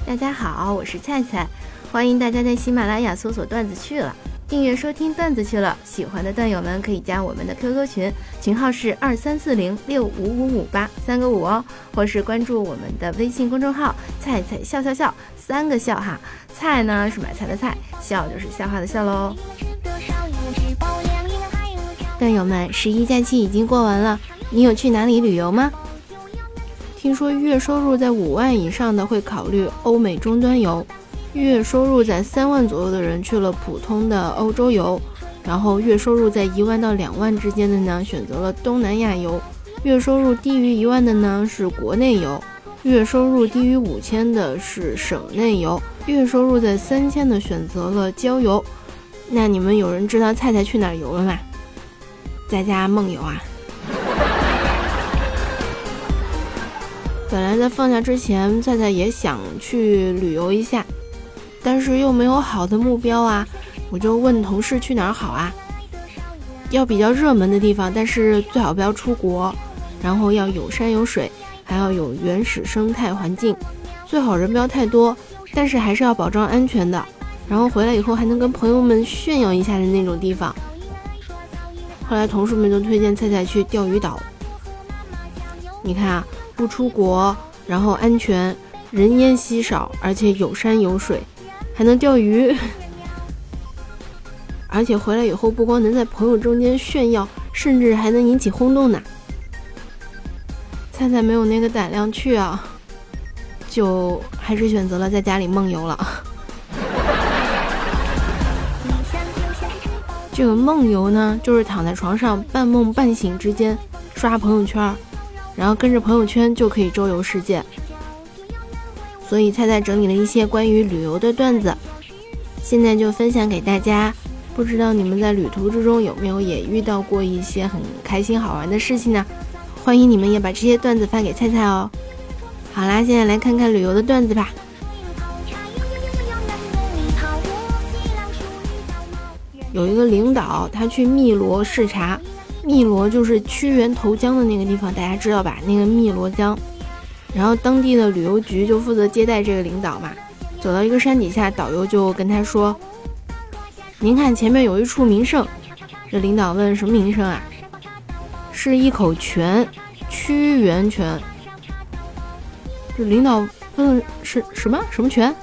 大家好，我是菜菜，欢迎大家在喜马拉雅搜索段子去了，订阅收听段子去了。喜欢的段友们可以加我们的 QQ 群，群号是2340655558，3个5哦，或是关注我们的微信公众号菜菜笑笑笑，3个笑哈，菜呢是买菜的菜，笑就是笑话的笑喽。段友们，11假期已经过完了，你有去哪里旅游吗？听说月收入在5万以上的会考虑欧美终端游，月收入在3万左右的人去了普通的欧洲游，然后月收入在1万到2万之间的呢选择了东南亚游，月收入低于1万的呢是国内游，月收入低于5000的是省内游，月收入在3000的选择了郊游。那你们有人知道菜菜去哪儿游了吗？在家梦游啊。本来在放假之前，菜菜也想去旅游一下，但是又没有好的目标啊，我就问同事去哪儿好啊？要比较热门的地方，但是最好不要出国，然后要有山有水，还要有原始生态环境，最好人不要太多，但是还是要保障安全的，然后回来以后还能跟朋友们炫耀一下的那种地方。后来同事们就推荐菜菜去钓鱼岛。你看啊，不出国，然后安全，人烟稀少，而且有山有水，还能钓鱼，而且回来以后不光能在朋友中间炫耀，甚至还能引起轰动呢。菜菜没有那个胆量去啊，就还是选择了在家里梦游了。这个梦游呢，就是躺在床上半梦半醒之间刷朋友圈，然后跟着朋友圈就可以周游世界。所以菜菜整理了一些关于旅游的段子，现在就分享给大家。不知道你们在旅途之中有没有也遇到过一些很开心好玩的事情呢？欢迎你们也把这些段子发给菜菜哦。好啦，现在来看看旅游的段子吧。有一个领导，他去汨罗视察，汨罗就是屈原投江的那个地方，大家知道吧？那个汨罗江。然后当地的旅游局就负责接待这个领导嘛。走到一个山底下，导游就跟他说：“您看前面有一处名胜。”这领导问：“什么名胜啊？”“是一口泉，屈原泉。”这领导问：“是什么泉？”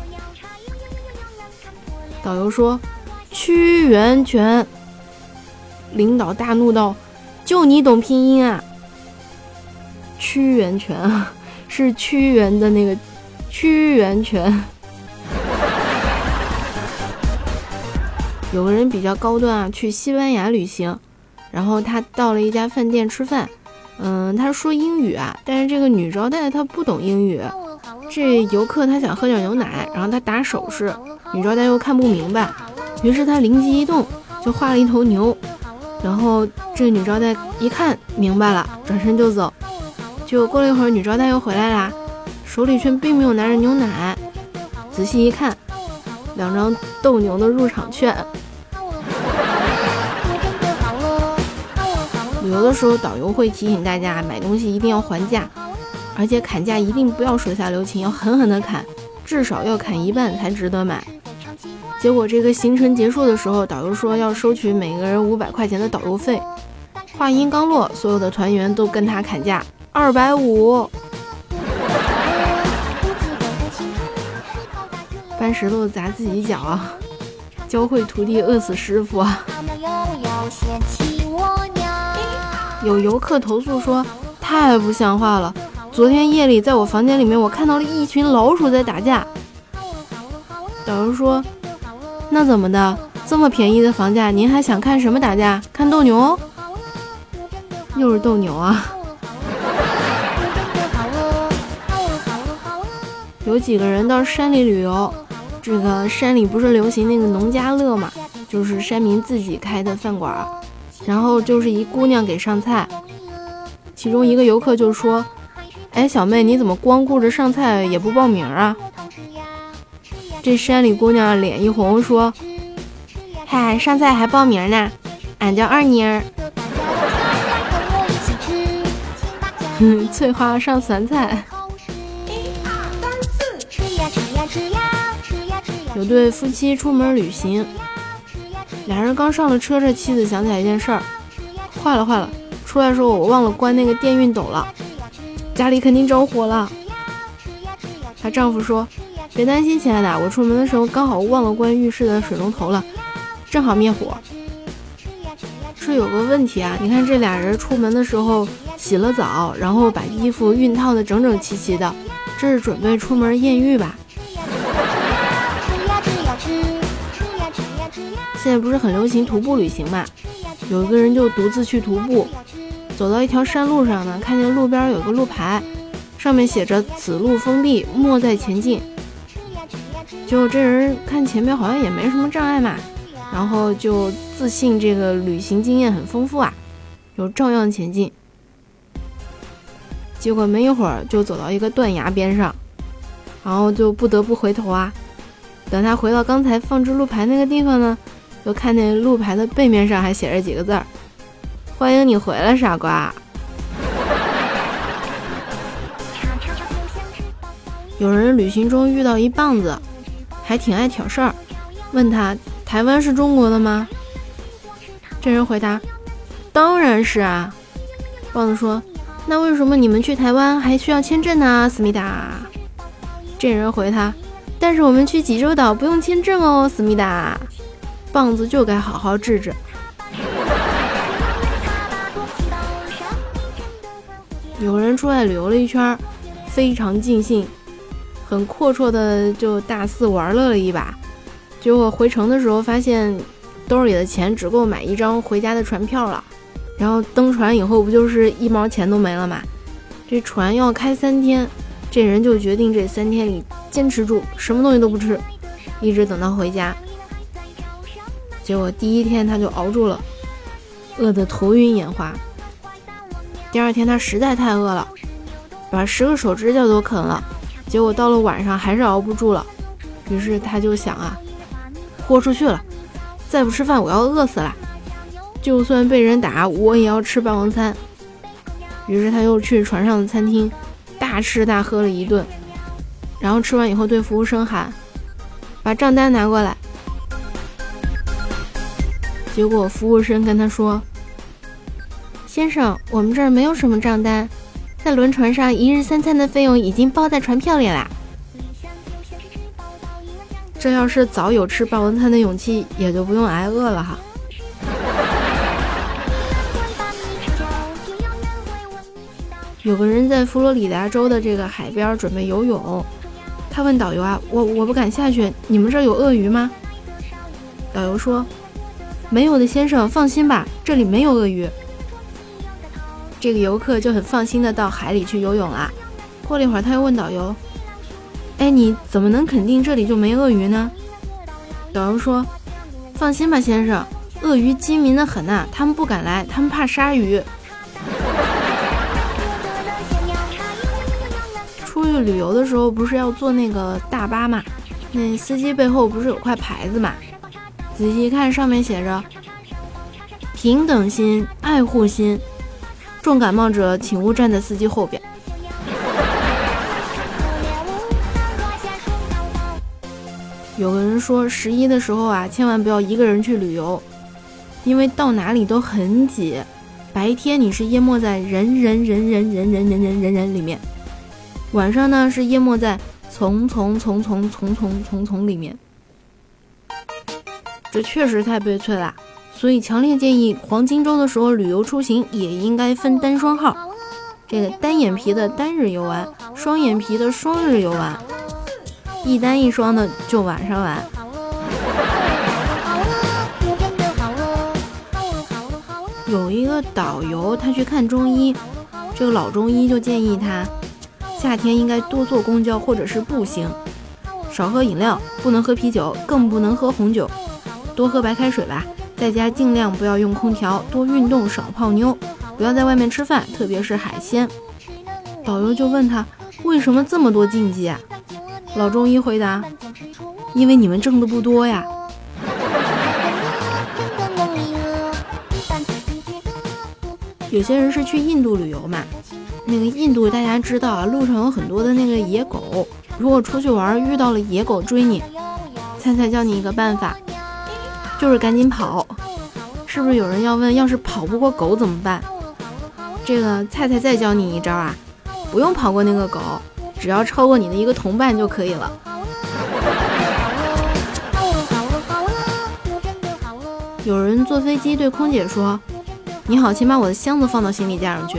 导游说：“屈原泉。”领导大怒道：“就你懂拼音啊！屈原泉啊，是屈原的那个屈原泉。”有个人比较高端啊，去西班牙旅行，然后他到了一家饭店吃饭，他说英语啊，但是这个女招待她不懂英语，这游客他想喝点牛奶，然后他打手势，女招待又看不明白，于是他灵机一动，就画了一头牛，然后这个女招待一看明白了，转身就走。结果过了一会儿，女招待又回来啦，手里却并没有拿着牛奶，仔细一看，2张斗牛的入场券。旅游的时候，导游会提醒大家买东西一定要还价，而且砍价一定不要手下留情，要狠狠的砍，至少要砍一半才值得买。结果这个行程结束的时候，导游说要收取每个人500块钱的导游费。话音刚落，所有的团员都跟他砍价250。搬石头砸自己脚啊，教会徒弟饿死师傅啊。有游客投诉说太不像话了，昨天夜里在我房间里面我看到了一群老鼠在打架。导游说：“那怎么的？这么便宜的房价，您还想看什么打架？看斗牛？”又是斗牛啊。有几个人到山里旅游，这个山里不是流行那个农家乐嘛，就是山民自己开的饭馆，然后就是一姑娘给上菜，其中一个游客就说：“哎，小妹，你怎么光顾着上菜也不报名啊？”这山里姑娘脸一红说：“嗨，上菜还报名呢，俺叫二妮儿。”翠花上酸菜。1、2、3、4，吃呀吃有对夫妻出门旅行，俩人刚上了车，这妻子想起来一件事儿，坏了，出来的时候我忘了关那个电熨斗了，家里肯定着火了。她丈夫说，别担心亲爱的，我出门的时候刚好忘了关浴室的水龙头了，正好灭火。是有个问题啊，你看这俩人出门的时候洗了澡，然后把衣服熨烫的整整齐齐的，这是准备出门艳遇吧？现在不是很流行徒步旅行嘛，有一个人就独自去徒步，走到一条山路上呢，看见路边有个路牌，上面写着此路封闭，莫再前进。结果这人看前面好像也没什么障碍嘛，然后就自信这个旅行经验很丰富啊，就照样前进。结果没一会儿就走到一个断崖边上，然后就不得不回头啊。等他回到刚才放置路牌那个地方呢，就看见路牌的背面上还写着几个字儿：欢迎你回来，傻瓜。有人旅行中遇到一棒子，还挺爱挑事儿，问他台湾是中国的吗？这人回答，当然是啊。棒子说，那为什么你们去台湾还需要签证呢，思密达？这人回他，但是我们去济州岛不用签证哦，思密达。棒子就该好好治治。有人出来旅游了一圈，非常尽兴，很阔绰的就大肆玩乐了一把，结果回程的时候发现兜里的钱只够买一张回家的船票了，然后登船以后不就是1毛钱都没了嘛？这船要开3天，这人就决定这3天里坚持住，什么东西都不吃，一直等到回家。结果第1天他就熬住了，饿得头晕眼花。第2天他实在太饿了，把10个手指甲都啃了，结果到了晚上还是熬不住了，于是他就想啊，豁出去了，再不吃饭我要饿死了，就算被人打我也要吃霸王餐。于是他又去船上的餐厅大吃大喝了一顿，然后吃完以后对服务生喊，把账单拿过来。结果服务生跟他说，先生，我们这儿没有什么账单，在轮船上1日3餐的费用已经包在船票里啦。这要是早有吃霸王餐的勇气，也就不用挨饿了哈。有个人在佛罗里达州的这个海边准备游泳，他问导游啊，我不敢下去，你们这儿有鳄鱼吗？导游说，没有的先生，放心吧，这里没有鳄鱼。这个游客就很放心的到海里去游泳了。过了一会儿他又问导游，哎，你怎么能肯定这里就没鳄鱼呢？导游说，放心吧先生，鳄鱼机敏的很呐，他们不敢来，他们怕鲨鱼。出去旅游的时候不是要坐那个大巴嘛，那司机背后不是有块牌子嘛，仔细一看上面写着平等心、爱护心，重感冒者请勿站在司机后边。有个人说11的时候啊，千万不要一个人去旅游，因为到哪里都很挤，白天你是淹没在人里面，晚上呢是淹没在丛里面。这确实太悲催了，所以强烈建议黄金周的时候旅游出行也应该分单双号，这个单眼皮的单日游玩，双眼皮的双日游玩，一单一双的就晚上玩。有一个导游他去看中医，这个老中医就建议他夏天应该多坐公交或者是步行，少喝饮料，不能喝啤酒，更不能喝红酒，多喝白开水吧，在家尽量不要用空调，多运动，少泡妞，不要在外面吃饭，特别是海鲜。导游就问他为什么这么多禁忌啊？老中医回答，因为你们挣的不多呀。有些人是去印度旅游嘛，那个印度大家知道啊，路上有很多的那个野狗，如果出去玩遇到了野狗追你， 菜菜教你一个办法，就是赶紧跑。是不是有人要问，要是跑不过狗怎么办？这个菜菜再教你一招啊，不用跑过那个狗，只要超过你的一个同伴就可以了。有人坐飞机对空姐说，你好，请把我的箱子放到行李架上去。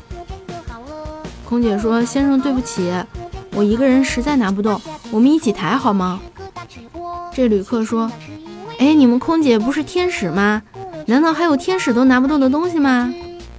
空姐说，先生对不起，我一个人实在拿不动，我们一起抬好吗？这旅客说，哎，你们空姐不是天使吗？难道还有天使都拿不动的东西吗？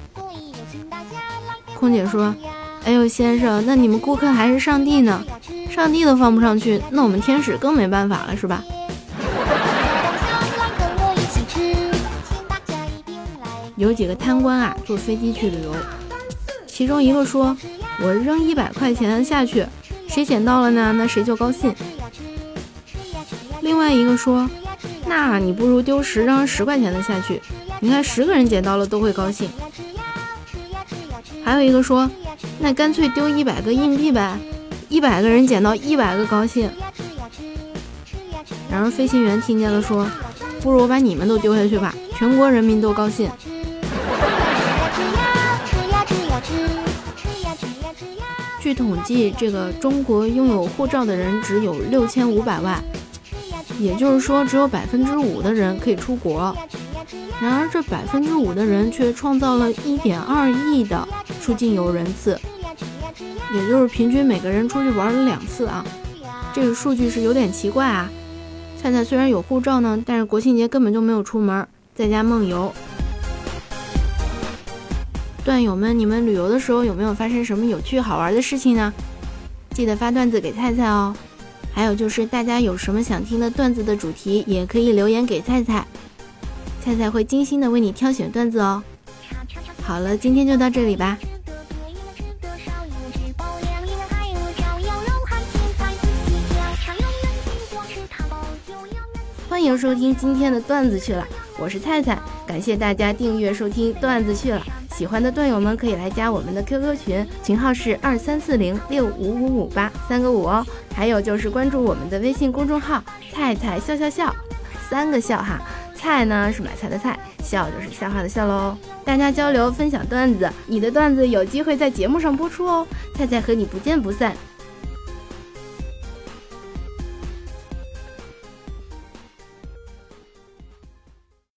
空姐说，哎呦先生，那你们顾客还是上帝呢，上帝都放不上去，那我们天使更没办法了，是吧？有几个贪官啊，坐飞机去旅游，其中一个说，我扔100块钱下去，谁捡到了呢，那谁就高兴。另外一个说，那你不如丢10张10块钱的下去，你看10个人捡到了都会高兴。还有一个说，那干脆丢100个硬币呗，100个人捡到100个高兴。然而飞行员听见了说，不如我把你们都丢下去吧，全国人民都高兴。据统计，这个中国拥有护照的人只有6500万，也就是说只有5%的人可以出国。然而这5%的人却创造了1.2亿的出境游人次，也就是平均每个人出去玩了2次啊。这个数据是有点奇怪啊。菜菜虽然有护照呢，但是国庆节根本就没有出门，在家梦游。段友们，你们旅游的时候有没有发生什么有趣好玩的事情呢？记得发段子给菜菜哦。还有就是大家有什么想听的段子的主题，也可以留言给菜菜，菜菜会精心的为你挑选段子哦。好了，今天就到这里吧。欢迎收听今天的段子去了，我是菜菜，感谢大家订阅收听段子去了。喜欢的段友们可以来加我们的 QQ 群，群号是2340655558，3个5哦。还有就是关注我们的微信公众号菜菜笑笑笑，3个笑哈，菜呢是买菜的菜，笑就是笑话的笑喽。大家交流分享段子，你的段子有机会在节目上播出哦。菜菜和你不见不散，